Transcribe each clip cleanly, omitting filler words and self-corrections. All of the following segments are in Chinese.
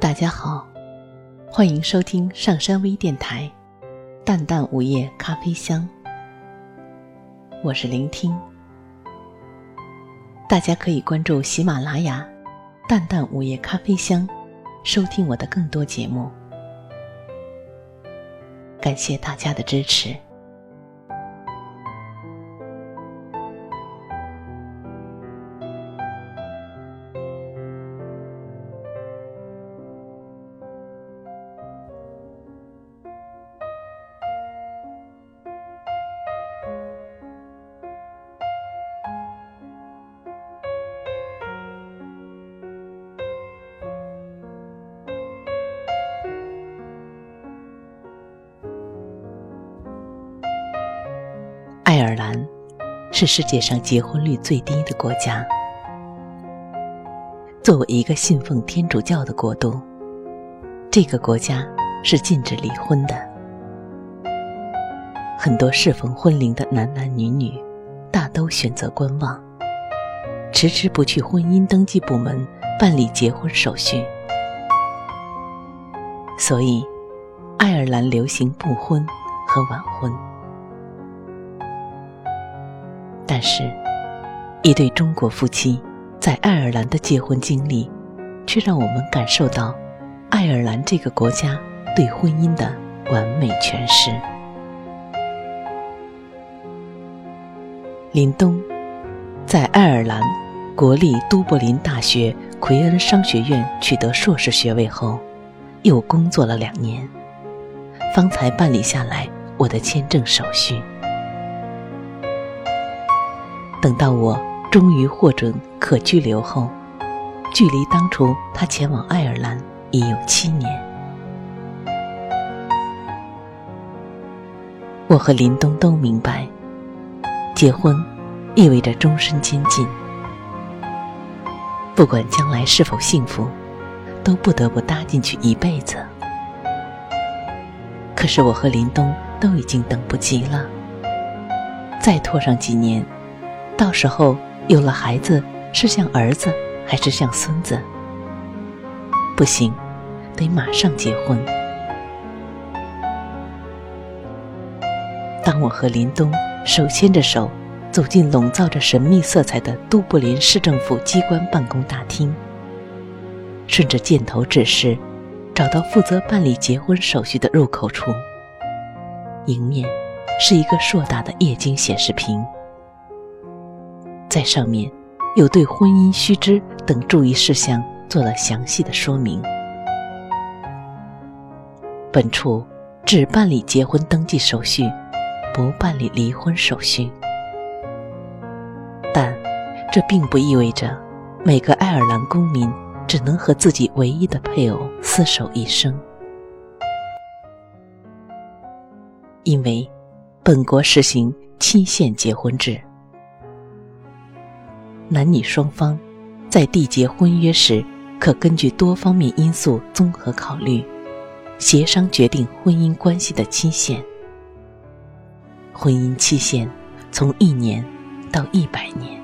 大家好，欢迎收听上山微电台淡淡午夜咖啡香，我是聆听。大家可以关注喜马拉雅淡淡午夜咖啡香，收听我的更多节目。感谢大家的支持。爱尔兰是世界上结婚率最低的国家。作为一个信奉天主教的国度，这个国家是禁止离婚的。很多适逢婚龄的男男女女大都选择观望，迟迟不去婚姻登记部门办理结婚手续。所以，爱尔兰流行不婚和晚婚。但是，一对中国夫妻在爱尔兰的结婚经历，却让我们感受到爱尔兰这个国家对婚姻的完美诠释。林东在爱尔兰国立都柏林大学奎恩商学院取得硕士学位后，又工作了2年，方才办理下来我的签证手续。等到我终于获准可居留后，距离当初他前往爱尔兰已有7年。我和林东都明白，结婚意味着终身监禁，不管将来是否幸福，都不得不搭进去一辈子。可是我和林东都已经等不及了，再拖上几年，到时候有了孩子，是像儿子还是像孙子？不行，得马上结婚。当我和林东手牵着手走进笼罩着神秘色彩的都柏林市政府机关办公大厅，顺着箭头指示找到负责办理结婚手续的入口处，迎面是一个硕大的液晶显示屏，在上面有对婚姻须知等注意事项做了详细的说明。本处只办理结婚登记手续，不办理离婚手续。但这并不意味着每个爱尔兰公民只能和自己唯一的配偶厮守一生，因为本国实行期限结婚制。男女双方在缔结婚约时，可根据多方面因素综合考虑，协商决定婚姻关系的期限。婚姻期限从1年到100年。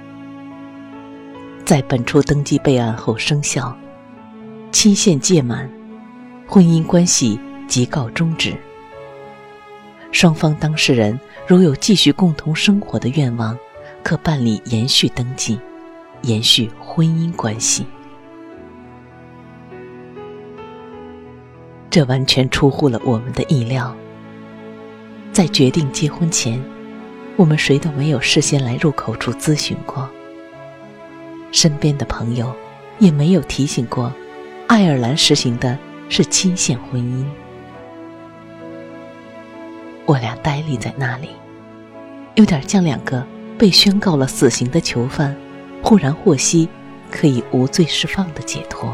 在本处登记备案后生效，期限届满，婚姻关系即告终止。双方当事人如有继续共同生活的愿望，可办理延续登记，延续婚姻关系。这完全出乎了我们的意料。在决定结婚前，我们谁都没有事先来入口处咨询过，身边的朋友也没有提醒过，爱尔兰实行的是期限婚姻。我俩呆立在那里，有点像2个被宣告了死刑的囚犯忽然获悉可以无罪释放的解脱。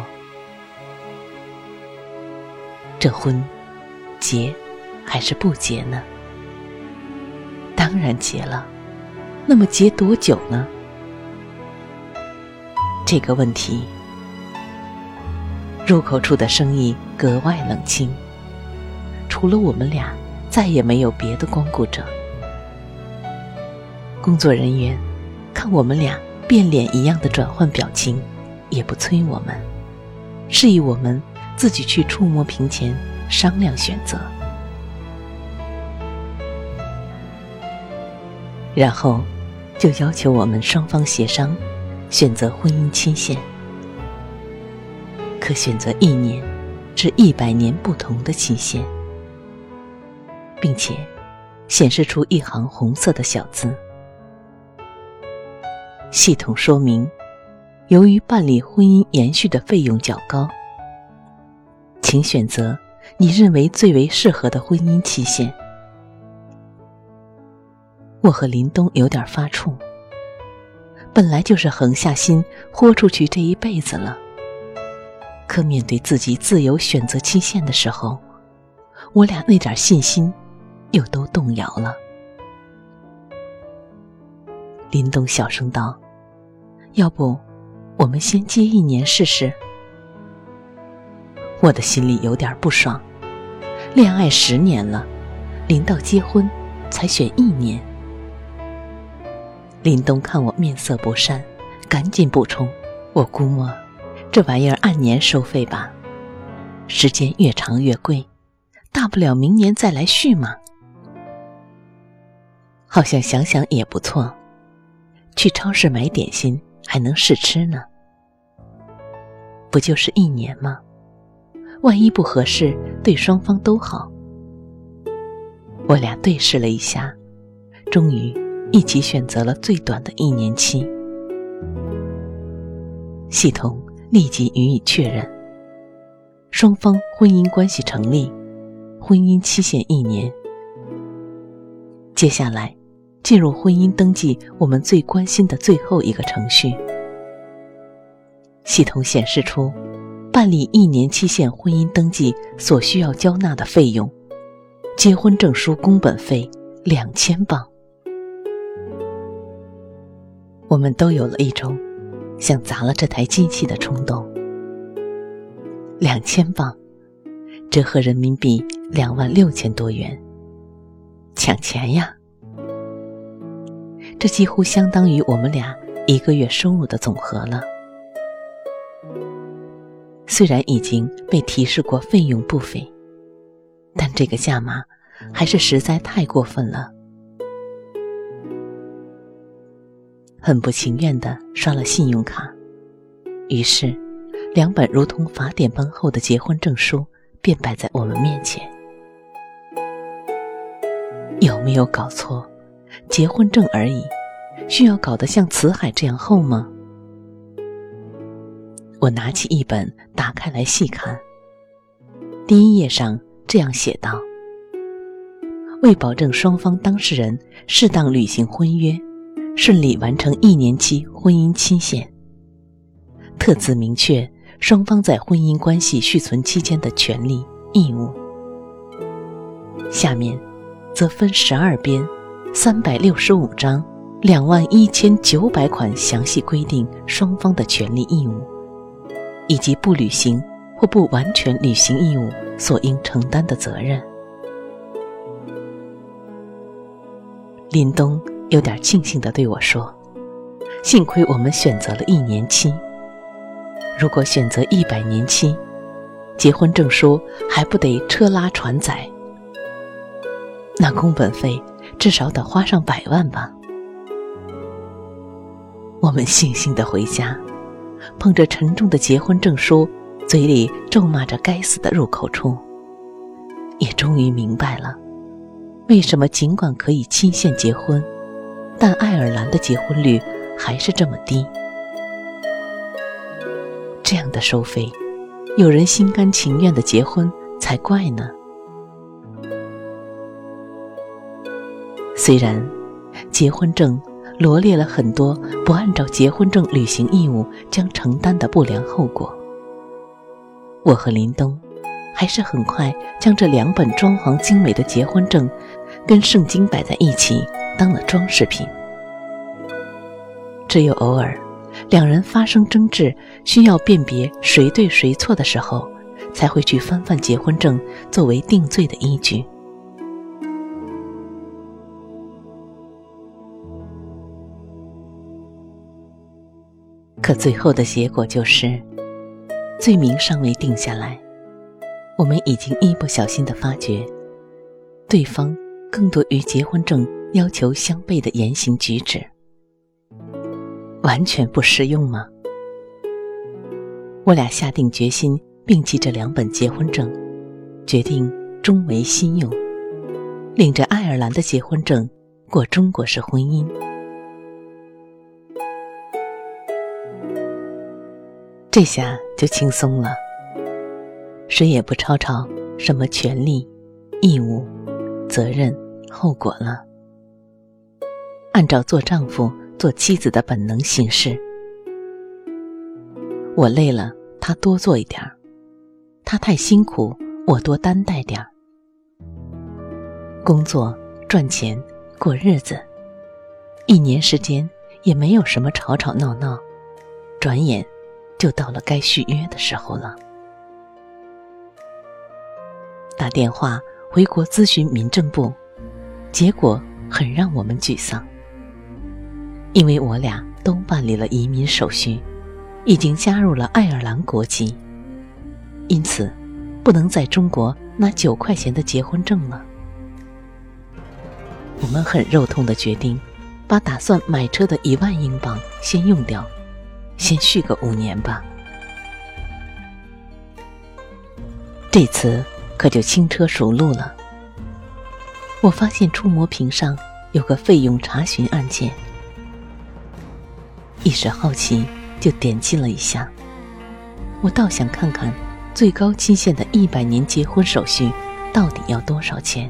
这婚结还是不结呢？当然结了，那么结多久呢？这个问题，入口处的声音格外冷清，除了我们俩，再也没有别的光顾者。工作人员看我们俩变脸一样的转换表情，也不催我们，示意我们自己去触摸屏前商量选择。然后就要求我们双方协商选择婚姻期限，可选择1年至100年不同的期限，并且显示出一行红色的小字，系统说明由于办理婚姻延续的费用较高，请选择你认为最为适合的婚姻期限。我和林东有点发怵，本来就是狠下心豁出去这一辈子了，可面对自己自由选择期限的时候，我俩那点信心又都动摇了。林东小声道：要不我们先接1年试试？我的心里有点不爽，恋爱10年了，临到结婚才选1年。林东看我面色不善，赶紧补充：我估摸这玩意儿按年收费吧，时间越长越贵，大不了明年再来续嘛。好像想想也不错，去超市买点心还能试吃呢。不就是1年吗？万一不合适，对双方都好。我俩对视了一下，终于一起选择了最短的1年期。系统立即予以确认，双方婚姻关系成立，婚姻期限1年。接下来进入婚姻登记，我们最关心的最后一个程序。系统显示出办理1年期限婚姻登记所需要交纳的费用：结婚证书工本费2000镑。我们都有了一种想砸了这台机器的冲动。2000镑，折合人民币26000多元，抢钱呀！这几乎相当于我们俩1个月收入的总和了。虽然已经被提示过费用不菲，但这个价码还是实在太过分了。很不情愿地刷了信用卡，于是2本如同法典般厚的结婚证书便摆在我们面前。有没有搞错？结婚证而已，需要搞得像辞海这样厚吗？我拿起一本打开来细看，第1页上这样写道：为保证双方当事人适当履行婚约，顺利完成1年期婚姻期限，特自明确双方在婚姻关系续存期间的权利义务。下面则分12编365章21900款详细规定双方的权利义务，以及不履行或不完全履行义务所应承担的责任。林东有点庆幸地对我说：幸亏我们选择了1年期，如果选择100年期，结婚证书还不得车拉船载，那工本费至少得花上100万吧。我们悻悻地回家，捧着沉重的结婚证书，嘴里咒骂着该死的入口处，也终于明白了为什么尽管可以期限结婚，但爱尔兰的结婚率还是这么低。这样的收费，有人心甘情愿地结婚才怪呢。虽然结婚证罗列了很多不按照结婚证履行义务将承担的不良后果，我和林东还是很快将这2本装潢精美的结婚证跟圣经摆在一起当了装饰品。只有偶尔2人发生争执，需要辨别谁对谁错的时候，才会去翻翻结婚证作为定罪的依据。可最后的结果就是，罪名尚未定下来， 我们已经一不小心地发觉，对方更多与结婚证要求相悖的言行举止，完全不适用吗？我俩下定决心摒弃这2本结婚证，决定终为新用，领着爱尔兰的结婚证过中国式婚姻。这下就轻松了，谁也不吵吵什么权利、义务、责任、后果了。按照做丈夫、做妻子的本能行事。我累了，他多做一点儿；他太辛苦，我多担待点儿。工作、赚钱、过日子，1年时间也没有什么吵吵闹闹，转眼就到了该续约的时候了。打电话回国咨询民政部，结果很让我们沮丧，因为我俩都办理了移民手续，已经加入了爱尔兰国籍，因此不能在中国拿9块钱的结婚证了。我们很肉痛地决定，把打算买车的1万英镑先用掉，先续个5年吧。这次可就轻车熟路了。我发现触摸屏上有个费用查询按键，一时好奇就点击了一下。我倒想看看最高期限的100年结婚手续到底要多少钱。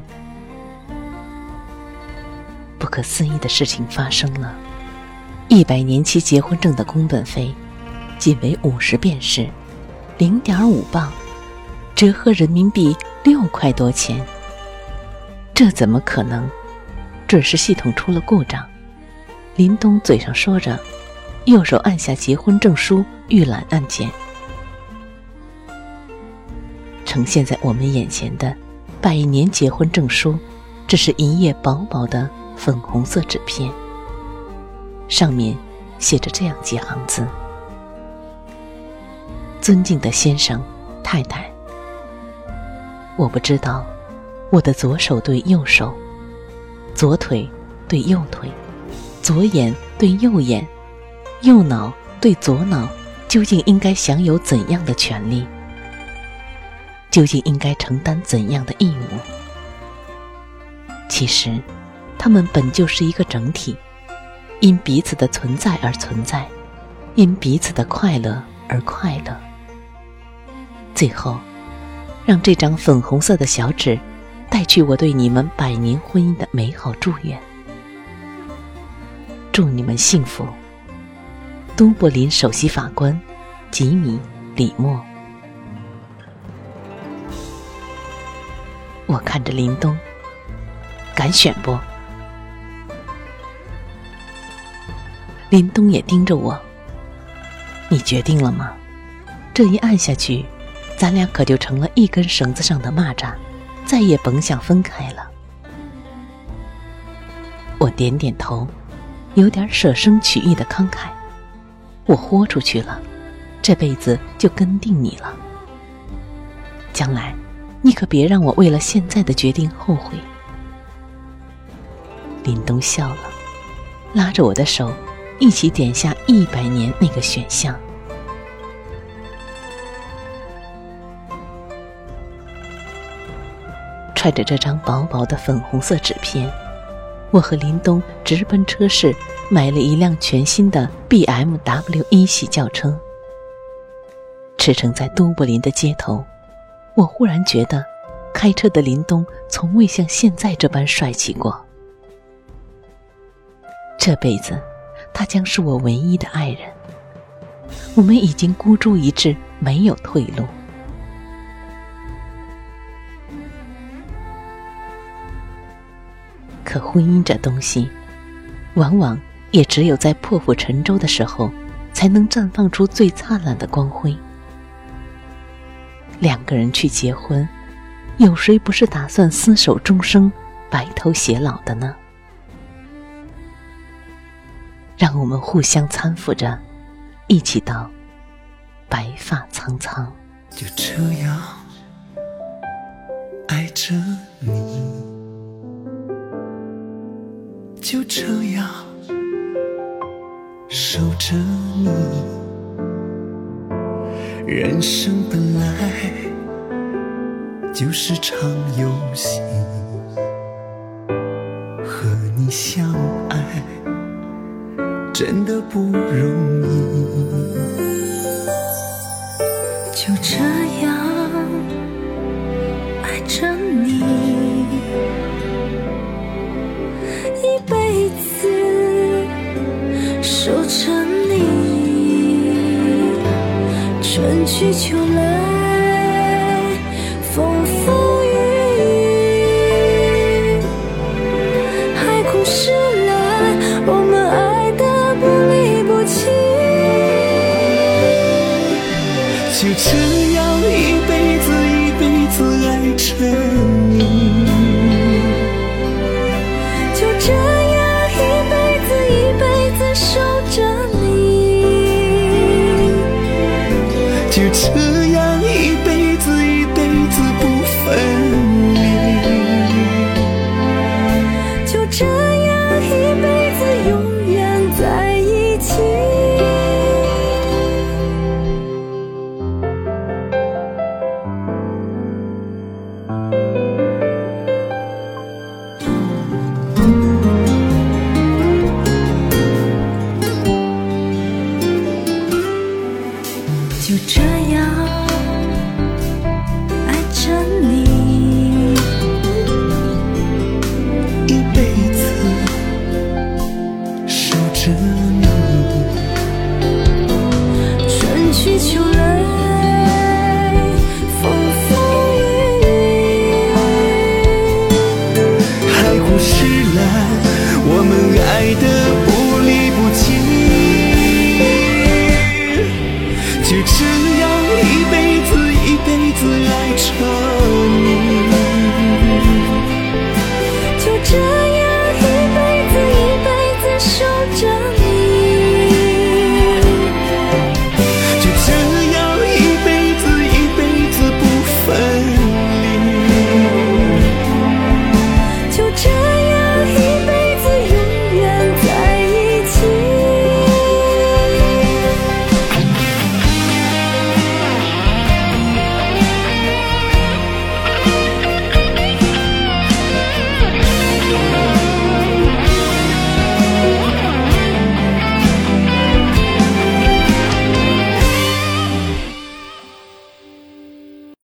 不可思议的事情发生了，100年期结婚证的工本费仅为50便士，0.5磅，折合人民币6块多钱。这怎么可能？准是系统出了故障。林东嘴上说着，右手按下结婚证书预览按键。呈现在我们眼前的100年结婚证书，只是一页薄薄的粉红色纸片，上面写着这样几行字：尊敬的先生、太太，我不知道我的左手对右手，左腿对右腿，左眼对右眼，右脑对左脑究竟应该享有怎样的权利，究竟应该承担怎样的义务。其实他们本就是一个整体，因彼此的存在而存在，因彼此的快乐而快乐。最后让这张粉红色的小纸带去我对你们100年婚姻的美好祝愿。祝你们幸福。都柏林首席法官吉米·李默。我看着林东，敢选不？林东也盯着我。你决定了吗？这一按下去，咱俩可就成了一根绳子上的蚂蚱，再也甭想分开了。我点点头，有点舍生取义的慷慨。我豁出去了，这辈子就跟定你了。将来你可别让我为了现在的决定后悔。林东笑了，拉着我的手一起点下100年那个选项。揣着这张薄薄的粉红色纸片，我和林东直奔车市买了一辆全新的 BMW 1系轿车。驰骋在都柏林的街头，我忽然觉得开车的林东从未像现在这般帅气过。这辈子他将是我唯一的爱人，我们已经孤注一掷，没有退路。可婚姻这东西，往往也只有在破釜沉舟的时候，才能绽放出最灿烂的光辉。2个人去结婚，有谁不是打算厮守终生，白头偕老的呢？让我们互相搀扶着，一起到白发苍苍。 就这样着你，就这样守着你。人生本来就是场游戏，和你相爱真的不容易。 就这样爱着你，一辈子守着你，春去秋来，风风雨雨，海枯石烂，我们爱得不离不弃。 就这样一辈子一辈子爱着你， 就这样一辈子一辈子守着你， 就这样一辈子一辈子不分离， 就这样一辈子永远在一起。就这样